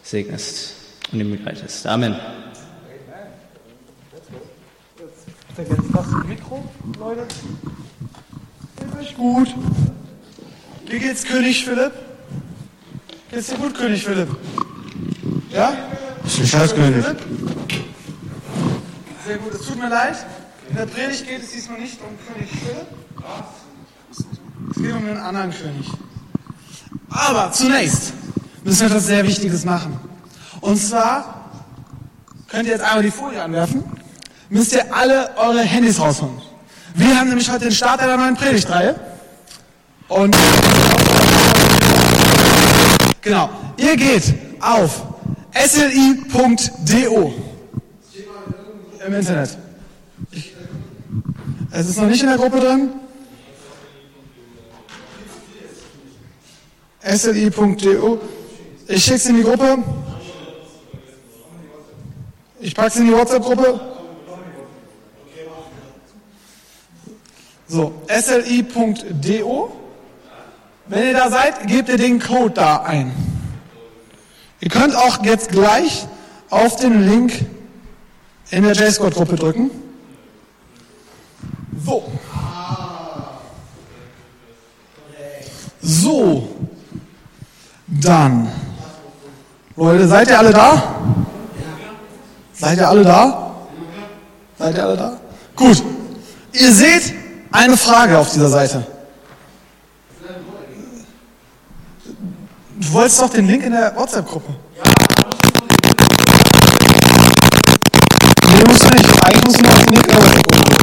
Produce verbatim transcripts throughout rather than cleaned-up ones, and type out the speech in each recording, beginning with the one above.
segnest und ihm begleitest. Amen. Jetzt das Mikro, Leute. Geht's euch gut? Wie geht's König Philipp? Geht's dir gut, König Philipp? Ja? Ich bin Scheißkönig. Sehr gut, es tut mir leid. In der Predigt geht es diesmal nicht um König Philipp. Es geht um einen anderen König. Aber zunächst müssen wir etwas sehr Wichtiges machen. Und zwar könnt ihr jetzt einmal die Folie anwerfen. Müsst ihr alle eure Handys rausholen. Wir haben nämlich heute den Start der neuen Predigtreihe. Und genau, ihr geht auf S L I punkt D O im Internet. Ich, es ist noch nicht in der Gruppe drin. S L I punkt D O. Ich schicke es in die Gruppe. Ich packe es in die WhatsApp-Gruppe. So, S L I punkt D O. Wenn ihr da seid, gebt ihr den Code da ein. Ihr könnt auch jetzt gleich auf den Link in der J-Squad-Gruppe drücken. So. So. Dann. Leute, seid ihr alle da? Seid ihr alle da? Seid ihr alle da? Gut. Ihr seht eine Frage auf dieser Seite. Du wolltest doch den Link in der WhatsApp-Gruppe. Nee, musst du nicht. Eigentlich musst du nur den Link in der WhatsApp-Gruppe.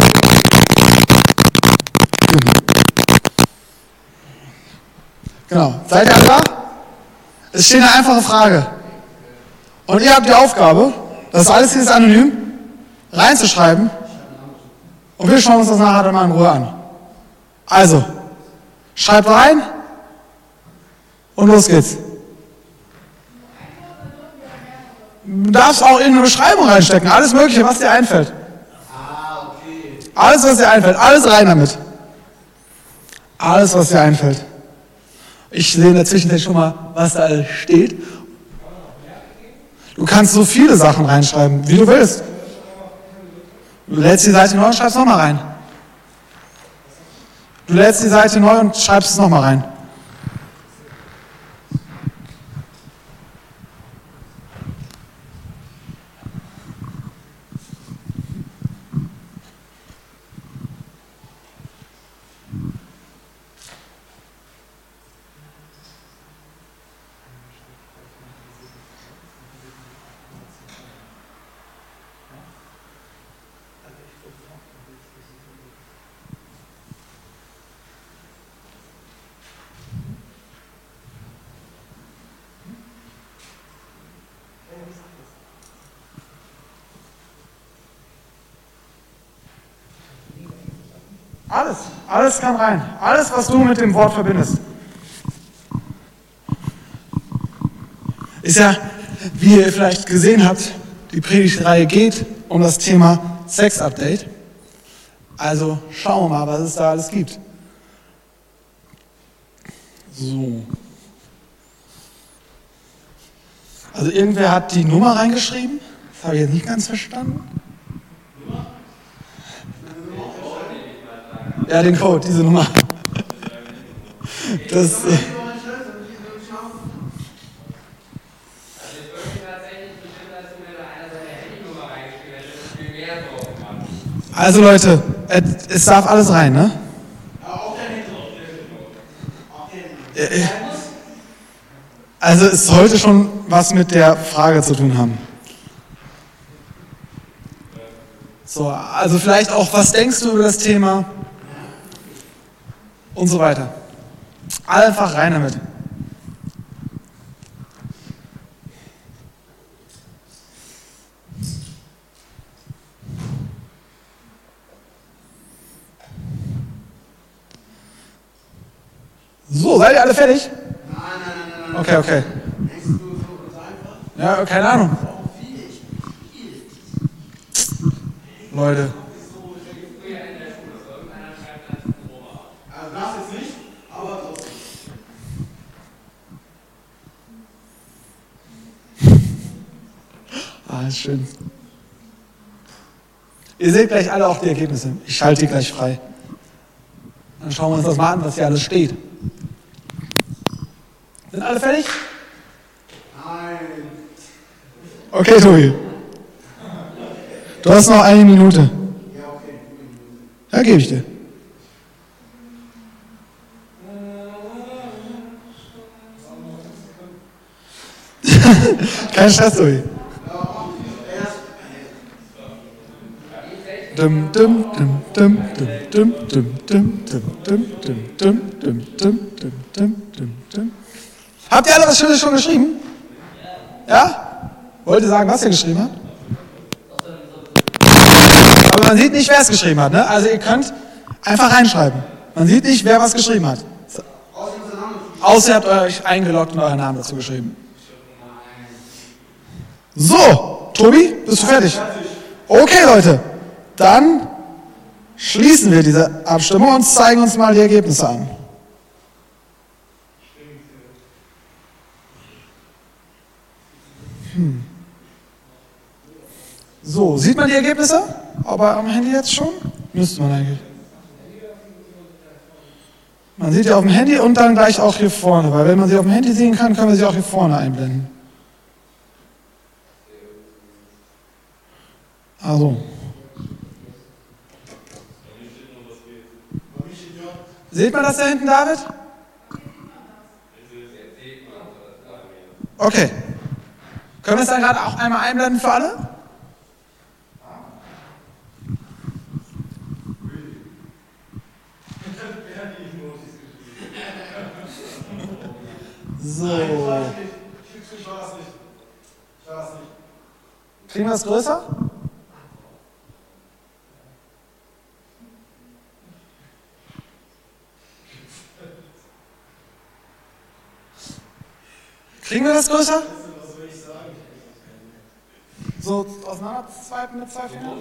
Genau. Seid ihr alle da? Es steht eine einfache Frage. Und ihr habt die Aufgabe, das alles hier ist anonym, reinzuschreiben. Und wir schauen uns das nachher dann mal in Ruhe an. Also, schreibt rein und los geht's. Du darfst auch in eine Beschreibung reinstecken, alles Mögliche, was dir einfällt. Alles, was dir einfällt, alles rein damit. Alles, was dir einfällt. Ich sehe in der Zwischenzeit schon mal, was da alles steht. Du kannst so viele Sachen reinschreiben, wie du willst. Du lädst die Seite neu und schreibst nochmal rein. Du lädst die Seite neu und schreibst es nochmal rein. Alles, alles kann rein. Alles, was du mit dem Wort verbindest. Ist ja, wie ihr vielleicht gesehen habt, die Predigtreihe geht um das Thema Sex-Update. Also schauen wir mal, was es da alles gibt. So. Also irgendwer hat die Nummer reingeschrieben. Das habe ich jetzt nicht ganz verstanden. Ja, den Code, diese Nummer. Das, äh also Leute, es darf alles rein, ne? Also es sollte schon was mit der Frage zu tun haben. So, also vielleicht auch, was denkst du über das Thema? Und so weiter. Einfach rein damit. So, seid ihr alle fertig? Nein, nein, nein, nein. Okay, okay. Denkst du so einfach? Ja, keine Ahnung. Leute. Also das jetzt nicht, aber trotzdem. Ah, ist schön. Ihr seht gleich alle auch die Ergebnisse. Ich schalte die gleich frei. Dann schauen wir uns das mal an, was hier alles steht. Sind alle fertig? Nein. Okay, Tobi. Du hast noch eine Minute. Ja, okay. Ja, gebe ich dir. Kein Stress, Tobi. Dum, dum, dum, dum, dum, dum, dum, dum, dum, dum, dum, dum, dum, dum, dum, dum, dum. Habt ihr alle was Schönes schon geschrieben? Ja? Wollt ihr sagen, was ihr geschrieben habt? Aber man sieht nicht, wer es geschrieben hat, ne? Also ihr könnt einfach reinschreiben. Man sieht nicht, wer was geschrieben hat. Außer ihr habt euch eingeloggt und euren Namen dazu geschrieben. So, Tobi, bist du fertig? Okay, Leute. Dann schließen wir diese Abstimmung und zeigen uns mal die Ergebnisse an. Hm. So, sieht man die Ergebnisse? Aber am Handy jetzt schon? Müsste man eigentlich. Man sieht die auf dem Handy und dann gleich auch hier vorne, weil wenn man sie auf dem Handy sehen kann, können wir sie auch hier vorne einblenden. Also. Seht man das da hinten, David? Okay. Können wir es dann gerade auch einmal einblenden für alle? So. Kriegen wir es größer? Kriegen wir das größer? So auseinander swipen mit zwei Fingern?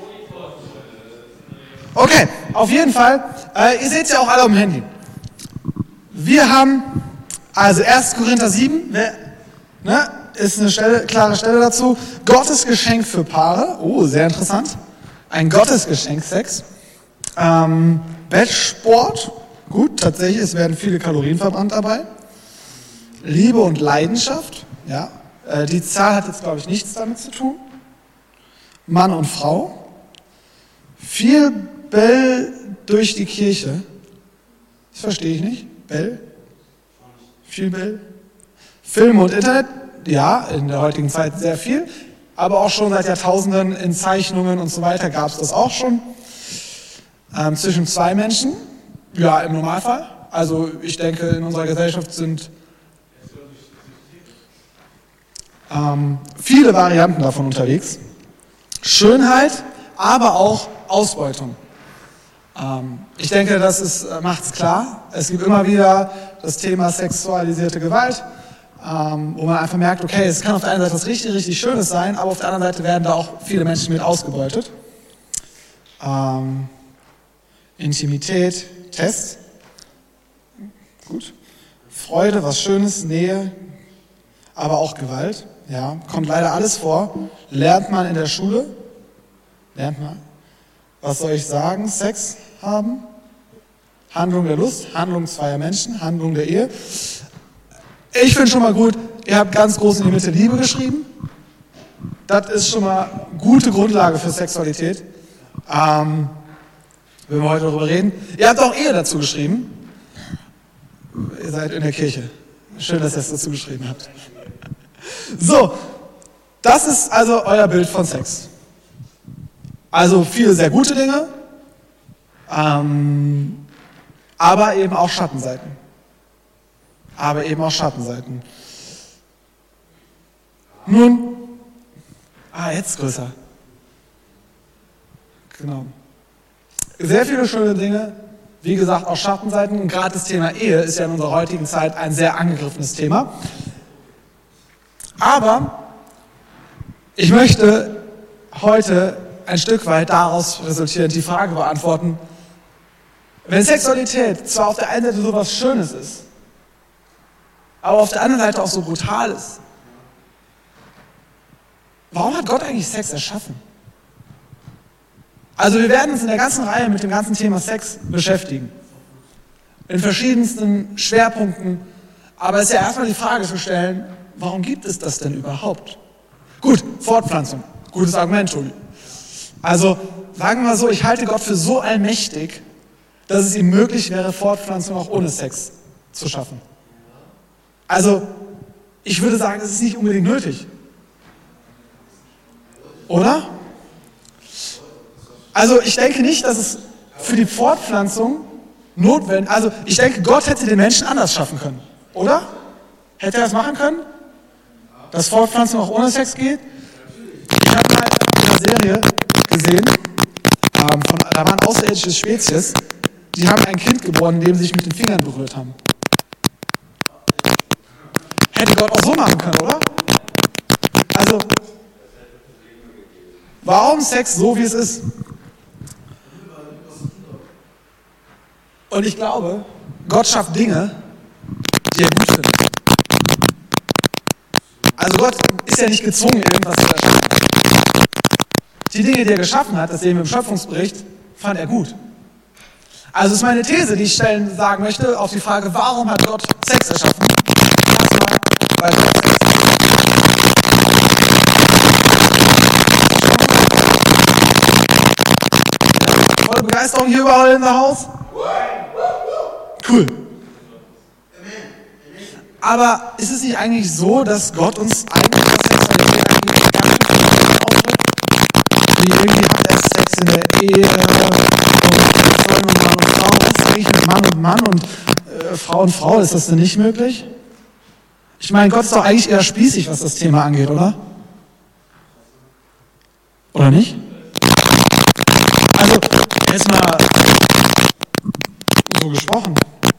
Okay, auf jeden Fall. Äh, ihr seht es ja auch alle auf dem Handy. Wir haben also erst Korinther sieben, ne, ne, ist eine Stelle, klare Stelle dazu. Gottes Geschenk für Paare. Oh, sehr interessant. Ein Gottesgeschenk, Sex. Ähm, Wettsport. Gut, tatsächlich, es werden viele Kalorien verbrannt dabei. Liebe und Leidenschaft, ja, äh, die Zahl hat jetzt, glaube ich, nichts damit zu tun. Mann und Frau. Viel Bell durch die Kirche. Das verstehe ich nicht. Bell? Viel Bell? Film und Internet, ja, in der heutigen Zeit sehr viel. Aber auch schon seit Jahrtausenden in Zeichnungen und so weiter gab es das auch schon. Ähm, zwischen zwei Menschen, ja, im Normalfall. Also ich denke, in unserer Gesellschaft sind Ähm, viele Varianten davon unterwegs. Schönheit, aber auch Ausbeutung. Ähm, ich denke, das macht es klar. Es gibt immer wieder das Thema sexualisierte Gewalt, ähm, wo man einfach merkt, okay, es kann auf der einen Seite was richtig, richtig Schönes sein, aber auf der anderen Seite werden da auch viele Menschen mit ausgebeutet. Ähm, Intimität, Test. Gut. Freude, was Schönes, Nähe, aber auch Gewalt. Ja, kommt leider alles vor. Lernt man in der Schule. Lernt man. Was soll ich sagen? Sex haben. Handlung der Lust, Handlung zweier Menschen, Handlung der Ehe. Ich finde schon mal gut, ihr habt ganz groß in die Mitte Liebe geschrieben. Das ist schon mal gute Grundlage für Sexualität. Ähm, wenn wir heute darüber reden. Ihr habt auch Ehe dazu geschrieben. Ihr seid in der Kirche. Schön, dass ihr es dazu geschrieben habt. So, das ist also euer Bild von Sex. Also viele sehr gute Dinge, ähm, aber eben auch Schattenseiten. Aber eben auch Schattenseiten. Nun, ah, jetzt größer. Genau. Sehr viele schöne Dinge, wie gesagt, auch Schattenseiten. Und gerade das Thema Ehe ist ja in unserer heutigen Zeit ein sehr angegriffenes Thema. Aber ich möchte heute ein Stück weit daraus resultierend die Frage beantworten, wenn Sexualität zwar auf der einen Seite so was Schönes ist, aber auf der anderen Seite auch so brutal ist, warum hat Gott eigentlich Sex erschaffen? Also wir werden uns in der ganzen Reihe mit dem ganzen Thema Sex beschäftigen. In verschiedensten Schwerpunkten. Aber es ist ja erstmal die Frage zu stellen, warum gibt es das denn überhaupt? Gut, Fortpflanzung. Gutes Argument, Tobi. Also, sagen wir mal so, ich halte Gott für so allmächtig, dass es ihm möglich wäre, Fortpflanzung auch ohne Sex zu schaffen. Also, ich würde sagen, es ist nicht unbedingt nötig. Oder? Also, ich denke nicht, dass es für die Fortpflanzung notwendig, also ich denke, Gott hätte den Menschen anders schaffen können. Oder? Hätte er das machen können? Dass Fortpflanzung auch ohne Sex geht? Ich habe mal in einer Serie gesehen, ähm, von, da waren außerirdische Spezies, die haben ein Kind geboren, indem sie sich mit den Fingern berührt haben. Hätte Gott auch so machen können, oder? Also, warum Sex so, wie es ist? Und ich glaube, Gott schafft Dinge, die er gut findet. Also Gott ist ja nicht gezwungen, irgendwas zu erschaffen. Die Dinge, die er geschaffen hat, das sehen wir im Schöpfungsbericht, fand er gut. Also ist meine These, die ich stellen sagen möchte, auf die Frage, warum hat Gott Sex erschaffen? Erstmal, weil Gott Sex ja, volle Begeisterung hier überall in der Haus. Cool. Aber ist es nicht eigentlich so, dass Gott uns eigentlich das Sexualität eigentlich gar nicht ausdrückt? Wie irgendwie hat er Sex in der Ehe und Freunde und Mann und Frau. Was ist eigentlich mit Mann und Mann und äh, Frau und Frau? Ist das denn nicht möglich? Ich meine, Gott ist doch eigentlich eher spießig, was das Thema angeht, oder? Oder nicht? Also, jetzt mal so gesprochen.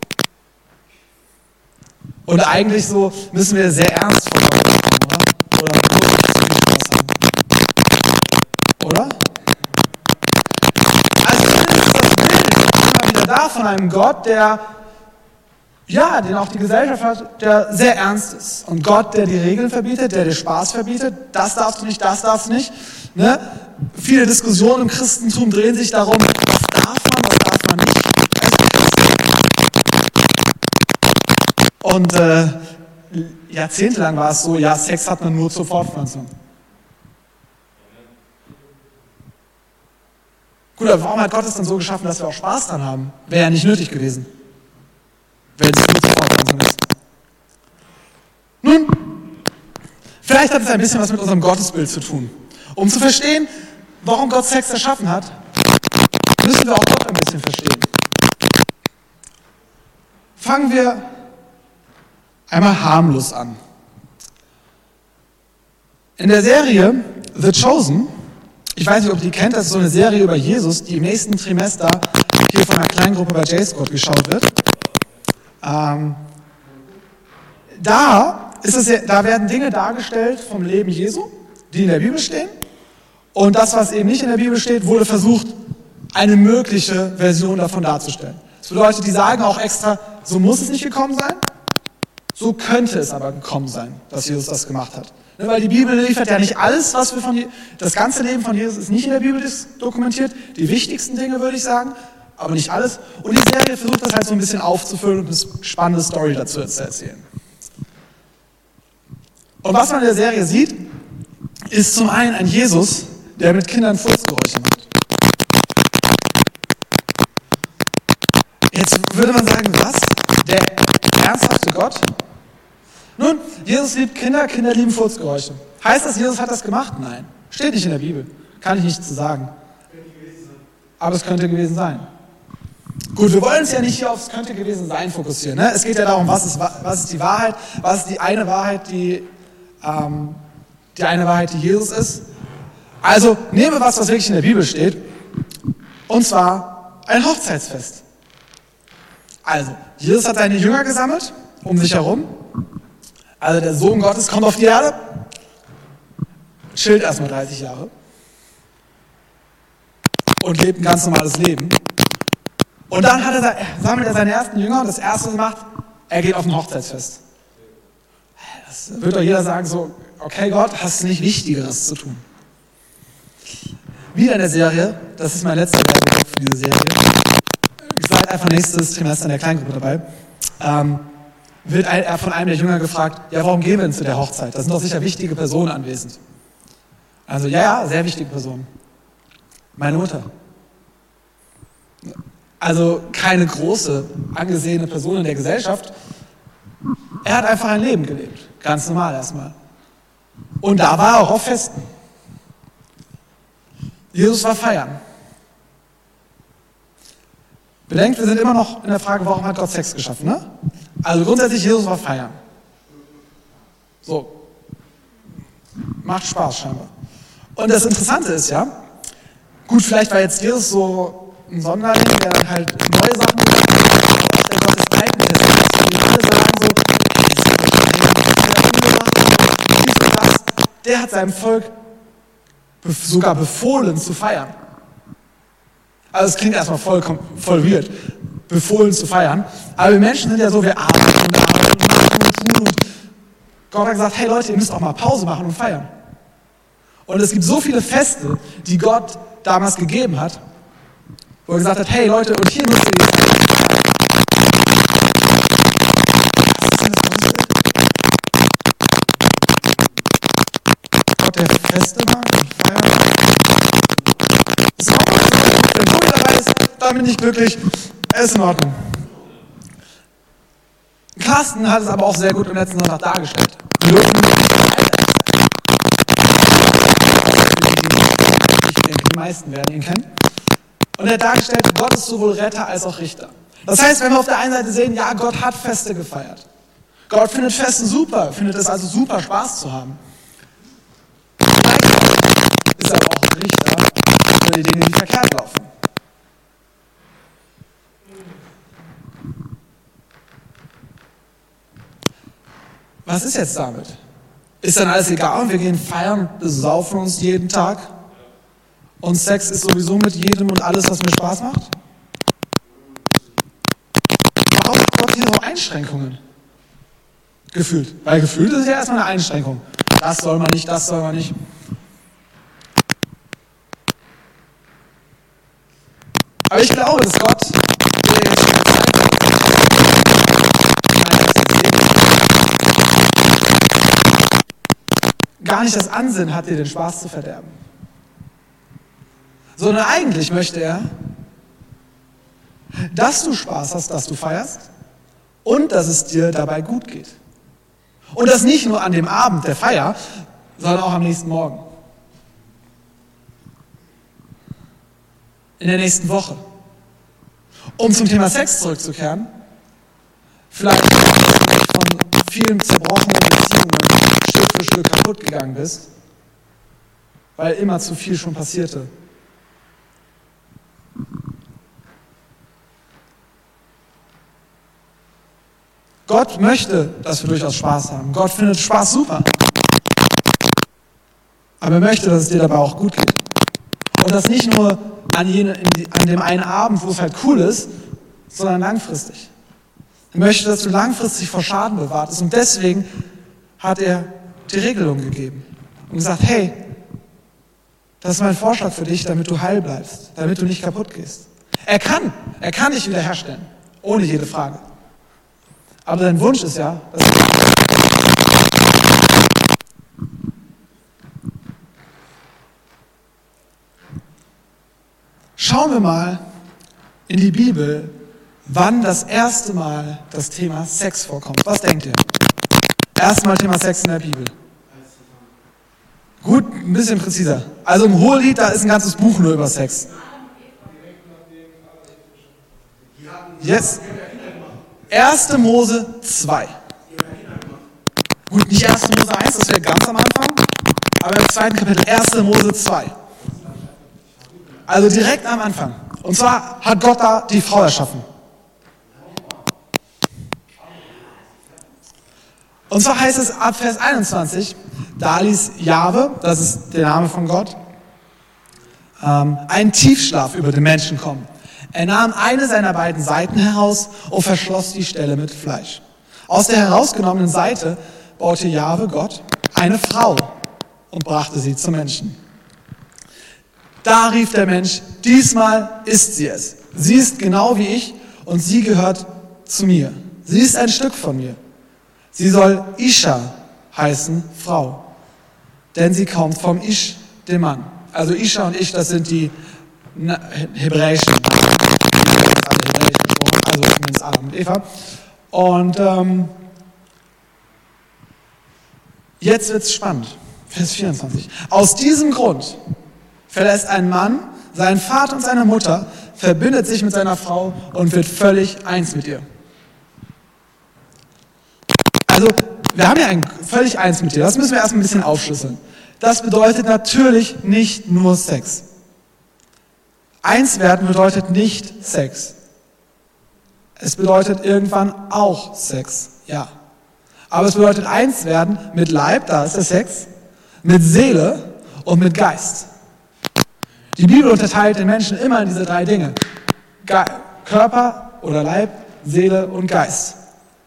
Und eigentlich so müssen wir sehr ernst von Gott sprechen, oder? Oder muss ich das nicht was sagen? Oder? Also ich finde, das ist das Bild immer wieder da von einem Gott, der, ja, den auch die Gesellschaft hat, der sehr ernst ist. Und Gott, der die Regeln verbietet, der dir Spaß verbietet, das darfst du nicht, das darfst du nicht. Ne? Viele Diskussionen im Christentum drehen sich darum, was darf man, was darf man nicht. Und äh, jahrzehntelang war es so, ja, Sex hat man nur zur Fortpflanzung. Gut, aber warum hat Gott es dann so geschaffen, dass wir auch Spaß dran haben? Wäre ja nicht nötig gewesen, wenn es nur zur Fortpflanzung ist. Nun, vielleicht hat es ein bisschen was mit unserem Gottesbild zu tun. Um zu verstehen, warum Gott Sex erschaffen hat, müssen wir auch Gott ein bisschen verstehen. Fangen wir einmal harmlos an. In der Serie The Chosen, ich weiß nicht, ob ihr die kennt, das ist so eine Serie über Jesus, die im nächsten Trimester hier von einer kleinen Gruppe bei J-Squad geschaut wird. Ähm, da, ist es, da werden Dinge dargestellt vom Leben Jesu, die in der Bibel stehen. Und das, was eben nicht in der Bibel steht, wurde versucht, eine mögliche Version davon darzustellen. Das bedeutet, die sagen auch extra, so muss es nicht gekommen sein. So könnte es aber gekommen sein, dass Jesus das gemacht hat. Ne, weil die Bibel liefert ja nicht alles, was wir von Je- das ganze Leben von Jesus ist nicht in der Bibel dokumentiert. Die wichtigsten Dinge, würde ich sagen, aber nicht alles. Und die Serie versucht das halt so ein bisschen aufzufüllen und eine spannende Story dazu zu erzählen. Und was man in der Serie sieht, ist zum einen ein Jesus, der mit Kindern Furzgeräusche macht. Jetzt würde man sagen, was? Der ernsthafte Gott? Nun, Jesus liebt Kinder, Kinder lieben Furzgeräusche. Heißt das, Jesus hat das gemacht? Nein. Steht nicht in der Bibel. Kann ich nicht zu sagen. Aber es könnte gewesen sein. Gut, wir wollen uns ja nicht hier aufs könnte gewesen sein fokussieren. Ne? Es geht ja darum, was ist, was ist die Wahrheit, was ist die eine Wahrheit, die, ähm, die eine Wahrheit, die Jesus ist. Also nehmen wir was, was wirklich in der Bibel steht. Und zwar ein Hochzeitsfest. Also, Jesus hat seine Jünger gesammelt, um sich herum. Also der Sohn Gottes kommt auf die Erde, chillt erstmal dreißig Jahre und lebt ein ganz normales Leben. Und dann hat er, sammelt er seine ersten Jünger und das erste, was er macht, er geht auf ein Hochzeitsfest. Das wird doch jeder sagen, so okay Gott, hast du nicht Wichtigeres zu tun? Wieder in der Serie, das ist mein letzter Werbeblock für diese Serie, ihr seid einfach nächstes Trimester in der Kleingruppe dabei, ähm, wird er von einem der Jünger gefragt, ja, warum gehen wir denn zu der Hochzeit? Da sind doch sicher wichtige Personen anwesend. Also, ja, ja, sehr wichtige Personen. Meine Mutter. Also keine große, angesehene Person in der Gesellschaft. Er hat einfach ein Leben gelebt. Ganz normal erstmal. Und da war er auch auf Festen. Jesus war feiern. Bedenkt, wir sind immer noch in der Frage, warum hat Gott Sex geschaffen, ne? Also grundsätzlich, Jesus war feiern. So. Macht Spaß scheinbar. Und das Interessante ist ja, gut, vielleicht war jetzt Jesus so ein Sonderling, der dann halt neue Sachen gesagt hat, aus der Gott des Alten Testaments. Die viele sagen so, dies und das, der hat seinem Volk sogar befohlen zu feiern. Also es klingt erstmal voll, voll weird, befohlen zu feiern. Aber wir Menschen sind ja so, wir arbeiten und arbeiten und machen und tun. Und Gott hat gesagt, hey Leute, ihr müsst auch mal Pause machen und feiern. Und es gibt so viele Feste, die Gott damals gegeben hat, wo er gesagt hat, hey Leute, und hier müsst ihr die feiern. Was ist denn das Größte? Gott, der Feste macht und feiert. Das ist auch nicht so, wenn du dabei bist, dann bin ich glücklich. Es ist in Ordnung. Carsten hat es aber auch sehr gut am letzten Sonntag dargestellt. Wir dürfen ich denke, die meisten werden ihn kennen. Und er hat dargestellt, Gott ist sowohl Retter als auch Richter. Das heißt, wenn wir auf der einen Seite sehen, ja, Gott hat Feste gefeiert. Gott findet Feste super, findet es also super, Spaß zu haben. Gleichzeitig ist er aber auch Richter für die Dinge, die verkehrt laufen. Was ist jetzt damit? Ist dann alles egal und wir gehen feiern und besaufen uns jeden Tag? Und Sex ist sowieso mit jedem und alles, was mir Spaß macht? Warum hat Gott hier so Einschränkungen? Gefühlt. Weil gefühlt ist ja erstmal eine Einschränkung. Das soll man nicht, das soll man nicht. Aber ich glaube, dass Gott gar nicht das Ansinnen hat, dir den Spaß zu verderben. Sondern eigentlich möchte er, dass du Spaß hast, dass du feierst und dass es dir dabei gut geht. Und das nicht nur an dem Abend der Feier, sondern auch am nächsten Morgen. In der nächsten Woche. Um zum Thema Sex zurückzukehren, vielleicht von vielen zerbrochenen Beziehungen Stück für Stück kaputt gegangen bist, weil immer zu viel schon passierte. Gott möchte, dass wir durchaus Spaß haben. Gott findet Spaß super. Aber er möchte, dass es dir dabei auch gut geht. Und das nicht nur an, jene, an dem einen Abend, wo es halt cool ist, sondern langfristig. Er möchte, dass du langfristig vor Schaden bewahrt bist. Und deswegen hat er die Regelung gegeben und gesagt, hey, das ist mein Vorschlag für dich, damit du heil bleibst, damit du nicht kaputt gehst. Er kann, er kann dich wiederherstellen, ohne jede Frage. Aber dein Wunsch ist ja, dass du Schauen wir mal in die Bibel, wann das erste Mal das Thema Sex vorkommt. Was denkt ihr? Erstmal Thema Sex in der Bibel. Gut, ein bisschen präziser. Also im Hohelied, da ist ein ganzes Buch nur über Sex. Yes. erste Mose zwei. Gut, nicht erste Mose eins, das wäre ganz am Anfang, aber im zweiten Kapitel erste Mose zwei. Also direkt am Anfang. Und zwar hat Gott da die Frau erschaffen. Und zwar heißt es ab Vers einundzwanzig, da ließ Jahwe, das ist der Name von Gott, ähm, einen Tiefschlaf über den Menschen kommen. Er nahm eine seiner beiden Seiten heraus und verschloss die Stelle mit Fleisch. Aus der herausgenommenen Seite baute Jahwe, Gott, eine Frau und brachte sie zum Menschen. Da rief der Mensch, diesmal ist sie es. Sie ist genau wie ich und sie gehört zu mir. Sie ist ein Stück von mir. Sie soll Isha heißen, Frau, denn sie kommt vom Ish, dem Mann. Also Isha und Ich, das sind die hebräischen, also zumindest Adam und Eva. Und ähm, jetzt wird's spannend. Vers vierundzwanzig. Aus diesem Grund verlässt ein Mann seinen Vater und seine Mutter, verbindet sich mit seiner Frau und wird völlig eins mit ihr. Also, wir haben ja ein völlig eins mit ihr. Das müssen wir erst ein bisschen aufschlüsseln. Das bedeutet natürlich nicht nur Sex. Eins werden bedeutet nicht Sex. Es bedeutet irgendwann auch Sex, ja. Aber es bedeutet eins werden mit Leib, da ist der Sex, mit Seele und mit Geist. Die Bibel unterteilt den Menschen immer in diese drei Dinge. Ge- Körper oder Leib, Seele und Geist.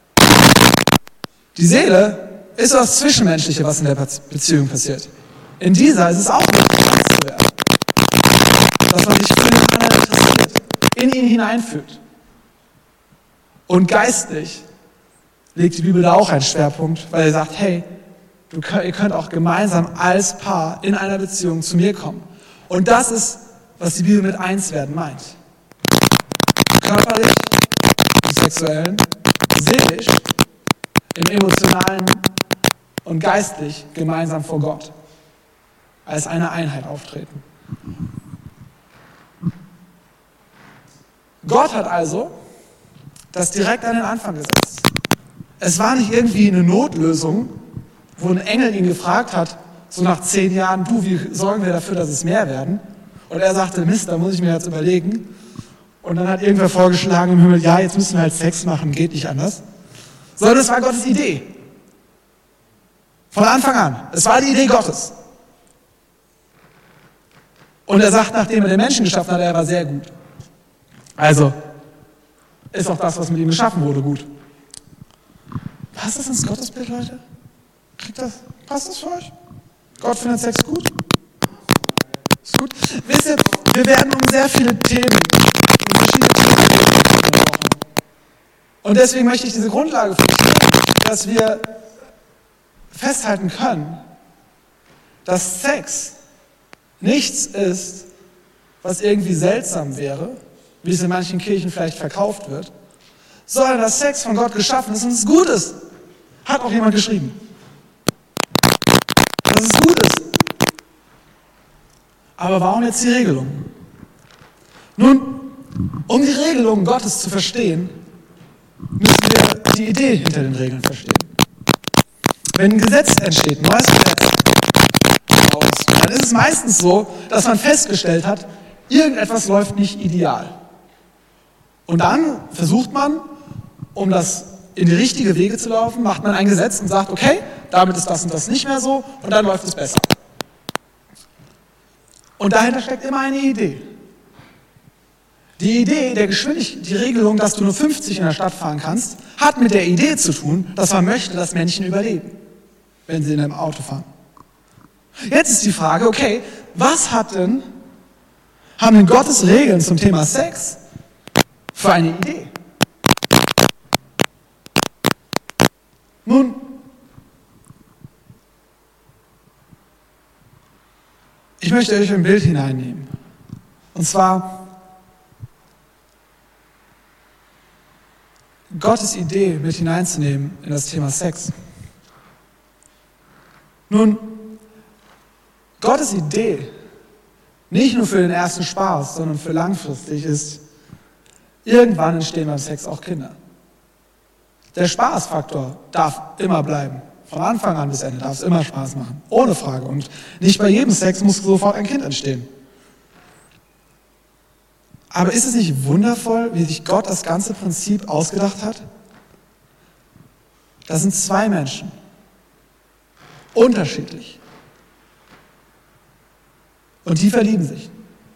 Die Seele ist das Zwischenmenschliche, was in der Beziehung passiert. In dieser ist es auch möglich, eins zu werden. Dass man sich für den anderen interessiert, in ihn hineinfühlt. Und geistlich legt die Bibel da auch einen Schwerpunkt, weil er sagt, hey, du könnt, ihr könnt auch gemeinsam als Paar in einer Beziehung zu mir kommen. Und das ist, was die Bibel mit eins werden meint. Körperlich, im Sexuellen, seelisch, im Emotionalen und geistlich gemeinsam vor Gott. Als eine Einheit auftreten. Gott hat also das direkt an den Anfang gesetzt. Es war nicht irgendwie eine Notlösung, wo ein Engel ihn gefragt hat, so nach zehn Jahren, du, wie sorgen wir dafür, dass es mehr werden? Und er sagte, Mist, da muss ich mir jetzt überlegen. Und dann hat irgendwer vorgeschlagen im Himmel, ja, jetzt müssen wir halt Sex machen, geht nicht anders. Sondern es war Gottes Idee. Von Anfang an. Es war die Idee Gottes. Und er sagt, nachdem er den Menschen geschaffen hat, er war sehr gut. Also ist auch das, was mit ihm geschaffen wurde, gut. Passt das ins Gottesbild, Leute? Kriegt das? Passt das für euch? Gott findet Sex gut? Ist gut? Wisst ihr, wir werden um sehr viele Themen, um verschiedene Themen gesprochen. Und deswegen möchte ich diese Grundlage verstehen, dass wir festhalten können, dass Sex nichts ist, was irgendwie seltsam wäre, wie es in manchen Kirchen vielleicht verkauft wird, sondern dass Sex von Gott geschaffen ist und es gut ist. Hat auch jemand geschrieben. Dass es gut ist. Aber warum jetzt die Regelung? Nun, um die Regelung Gottes zu verstehen, müssen wir die Idee hinter den Regeln verstehen. Wenn ein Gesetz entsteht, ein neues Gesetz, dann ist es meistens so, dass man festgestellt hat, irgendetwas läuft nicht ideal. Und dann versucht man, um das in die richtige Wege zu laufen, macht man ein Gesetz und sagt, okay, damit ist das und das nicht mehr so und dann läuft es besser. Und dahinter steckt immer eine Idee. Die Idee der Geschwindigkeit, die Regelung, dass du nur fünfzig in der Stadt fahren kannst, hat mit der Idee zu tun, dass man möchte, dass Menschen überleben, wenn sie in einem Auto fahren. Jetzt ist die Frage, okay, was hat denn, haben denn Gottes Regeln zum Thema Sex für eine Idee? Nun, ich möchte euch ein Bild hineinnehmen. Und zwar Gottes Idee mit hineinzunehmen in das Thema Sex. Nun, Gottes Idee, nicht nur für den ersten Spaß, sondern für langfristig ist, irgendwann entstehen beim Sex auch Kinder. Der Spaßfaktor darf immer bleiben. Von Anfang an bis Ende darf es immer Spaß machen. Ohne Frage. Und nicht bei jedem Sex muss sofort ein Kind entstehen. Aber ist es nicht wundervoll, wie sich Gott das ganze Prinzip ausgedacht hat? Das sind zwei Menschen. Unterschiedlich. Und die verlieben sich.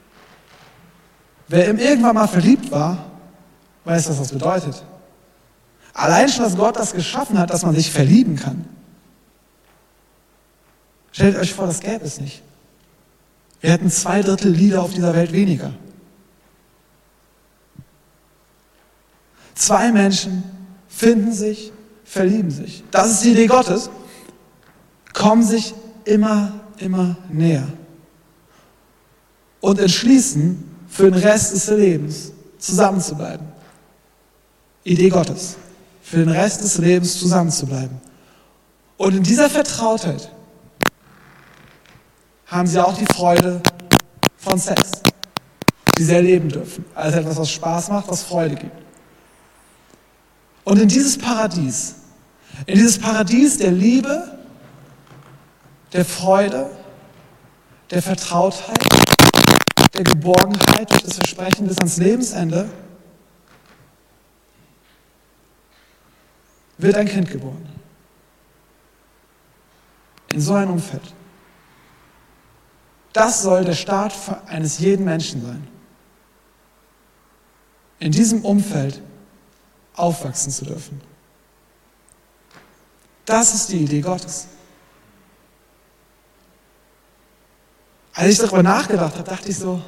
Wer irgendwann mal verliebt war, weiß, was das bedeutet. Allein schon, dass Gott das geschaffen hat, dass man sich verlieben kann. Stellt euch vor, das gäbe es nicht. Wir hätten zwei Drittel Lieder auf dieser Welt weniger. Zwei Menschen finden sich, verlieben sich. Das ist die Idee Gottes. Kommen sich immer, immer näher. Und entschließen, für den Rest des Lebens zusammenzubleiben. Idee Gottes. Für den Rest des Lebens zusammenzubleiben. Und in dieser Vertrautheit haben sie auch die Freude von Sex, die sie erleben dürfen. Als etwas, was Spaß macht, was Freude gibt. Und in dieses Paradies, in dieses Paradies der Liebe, der Freude, der Vertrautheit, der Geborgenheit durch das Versprechen bis ans Lebensende, wird ein Kind geboren. In so einem Umfeld. Das soll der Start eines jeden Menschen sein. In diesem Umfeld aufwachsen zu dürfen. Das ist die Idee Gottes. Als ich darüber nachgedacht habe, dachte ich so,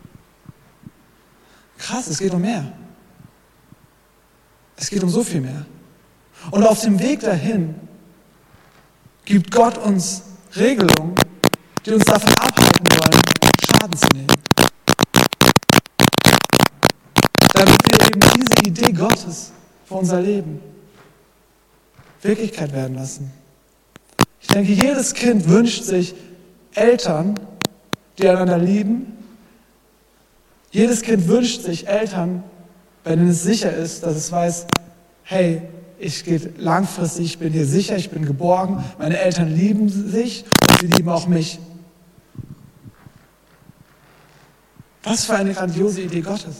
krass, es geht um mehr. Es geht um so viel mehr. Und auf dem Weg dahin gibt Gott uns Regelungen, die uns davon abhalten wollen, Schaden zu nehmen. Damit wir eben diese Idee Gottes für unser Leben Wirklichkeit werden lassen. Ich denke, jedes Kind wünscht sich Eltern, die einander lieben. Jedes Kind wünscht sich Eltern, bei denen es sicher ist, dass es weiß, hey, ich gehe langfristig, ich bin hier sicher, ich bin geborgen, meine Eltern lieben sich und sie lieben auch mich. Was für eine grandiose Idee Gottes.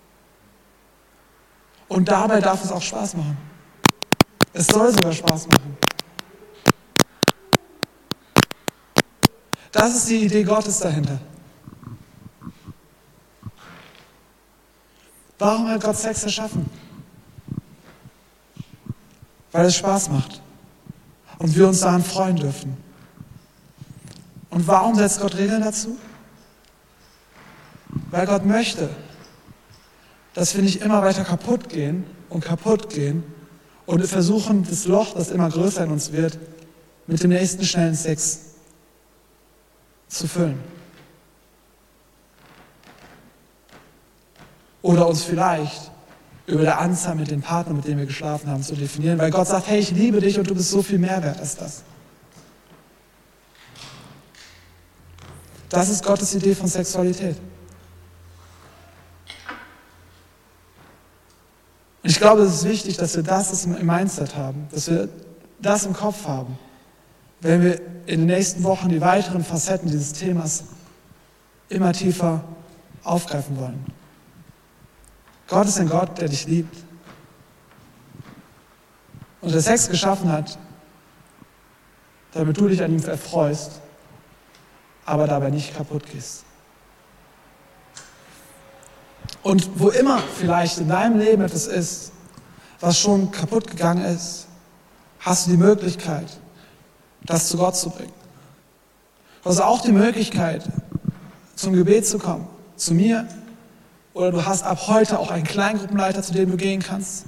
Und dabei darf es auch Spaß machen. Es soll sogar Spaß machen. Das ist die Idee Gottes dahinter. Warum hat Gott Sex erschaffen? Weil es Spaß macht und wir uns daran freuen dürfen. Und warum setzt Gott Regeln dazu? Weil Gott möchte, dass wir nicht immer weiter kaputt gehen und kaputt gehen und wir versuchen, das Loch, das immer größer in uns wird, mit dem nächsten schnellen Sex zu füllen. Oder uns vielleicht über der Anzahl mit den Partnern, mit denen wir geschlafen haben, zu definieren, weil Gott sagt, hey, ich liebe dich und du bist so viel mehr wert als das. Das ist Gottes Idee von Sexualität. Und ich glaube, es ist wichtig, dass wir das im Mindset haben, dass wir das im Kopf haben, wenn wir in den nächsten Wochen die weiteren Facetten dieses Themas immer tiefer aufgreifen wollen. Gott ist ein Gott, der dich liebt und der Sex geschaffen hat, damit du dich an ihm erfreust, aber dabei nicht kaputt gehst. Und wo immer vielleicht in deinem Leben etwas ist, was schon kaputt gegangen ist, hast du die Möglichkeit, das zu Gott zu bringen. Du hast auch die Möglichkeit, zum Gebet zu kommen, zu mir, oder du hast ab heute auch einen Kleingruppenleiter, zu dem du gehen kannst.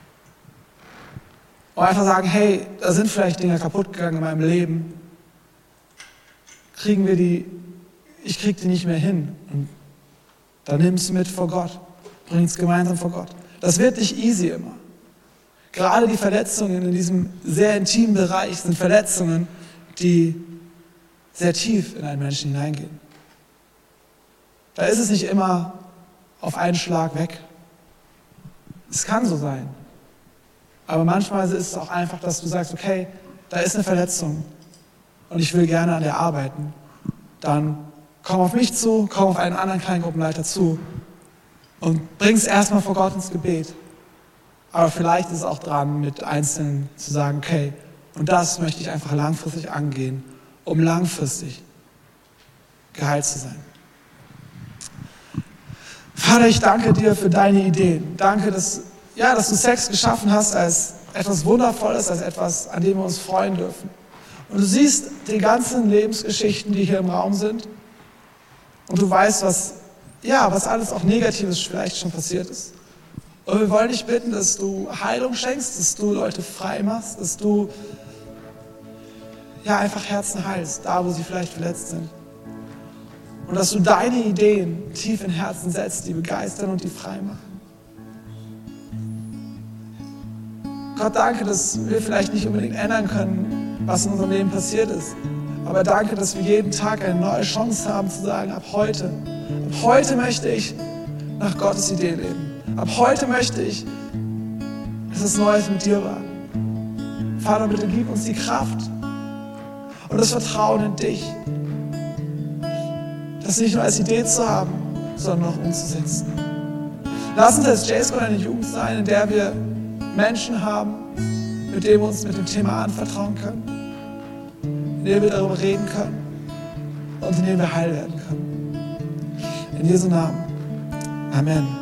Und einfach sagen, hey, da sind vielleicht Dinge kaputt gegangen in meinem Leben. Kriegen wir die, ich krieg die nicht mehr hin. Und dann nimm es mit vor Gott. Bring es gemeinsam vor Gott. Das wird nicht easy immer. Gerade die Verletzungen in diesem sehr intimen Bereich sind Verletzungen, die sehr tief in einen Menschen hineingehen. Da ist es nicht immer auf einen Schlag weg. Es kann so sein. Aber manchmal ist es auch einfach, dass du sagst, okay, da ist eine Verletzung und ich will gerne an der arbeiten. Dann komm auf mich zu, komm auf einen anderen Kleingruppenleiter zu und bring es erstmal vor Gott ins Gebet. Aber vielleicht ist es auch dran, mit Einzelnen zu sagen, okay, und das möchte ich einfach langfristig angehen, um langfristig geheilt zu sein. Vater, ich danke dir für deine Ideen. Danke, dass, ja, dass du Sex geschaffen hast als etwas Wundervolles, als etwas, an dem wir uns freuen dürfen. Und du siehst die ganzen Lebensgeschichten, die hier im Raum sind. Und du weißt, was, ja, was alles auch Negatives vielleicht schon passiert ist. Und wir wollen dich bitten, dass du Heilung schenkst, dass du Leute frei machst, dass du ja, einfach Herzen heilst, da wo sie vielleicht verletzt sind. Und dass du deine Ideen tief in Herzen setzt, die begeistern und die frei machen. Gott, danke, dass wir vielleicht nicht unbedingt ändern können, was in unserem Leben passiert ist. Aber danke, dass wir jeden Tag eine neue Chance haben zu sagen, ab heute, ab heute möchte ich nach Gottes Idee leben. Ab heute möchte ich, dass es Neues mit dir war. Vater, bitte gib uns die Kraft und das Vertrauen in dich, das nicht nur als Idee zu haben, sondern auch umzusetzen. Lass uns als J-Squad eine Jugend sein, in der wir Menschen haben, mit denen wir uns mit dem Thema anvertrauen können, in denen wir darüber reden können und in denen wir heil werden können. In Jesu Namen. Amen.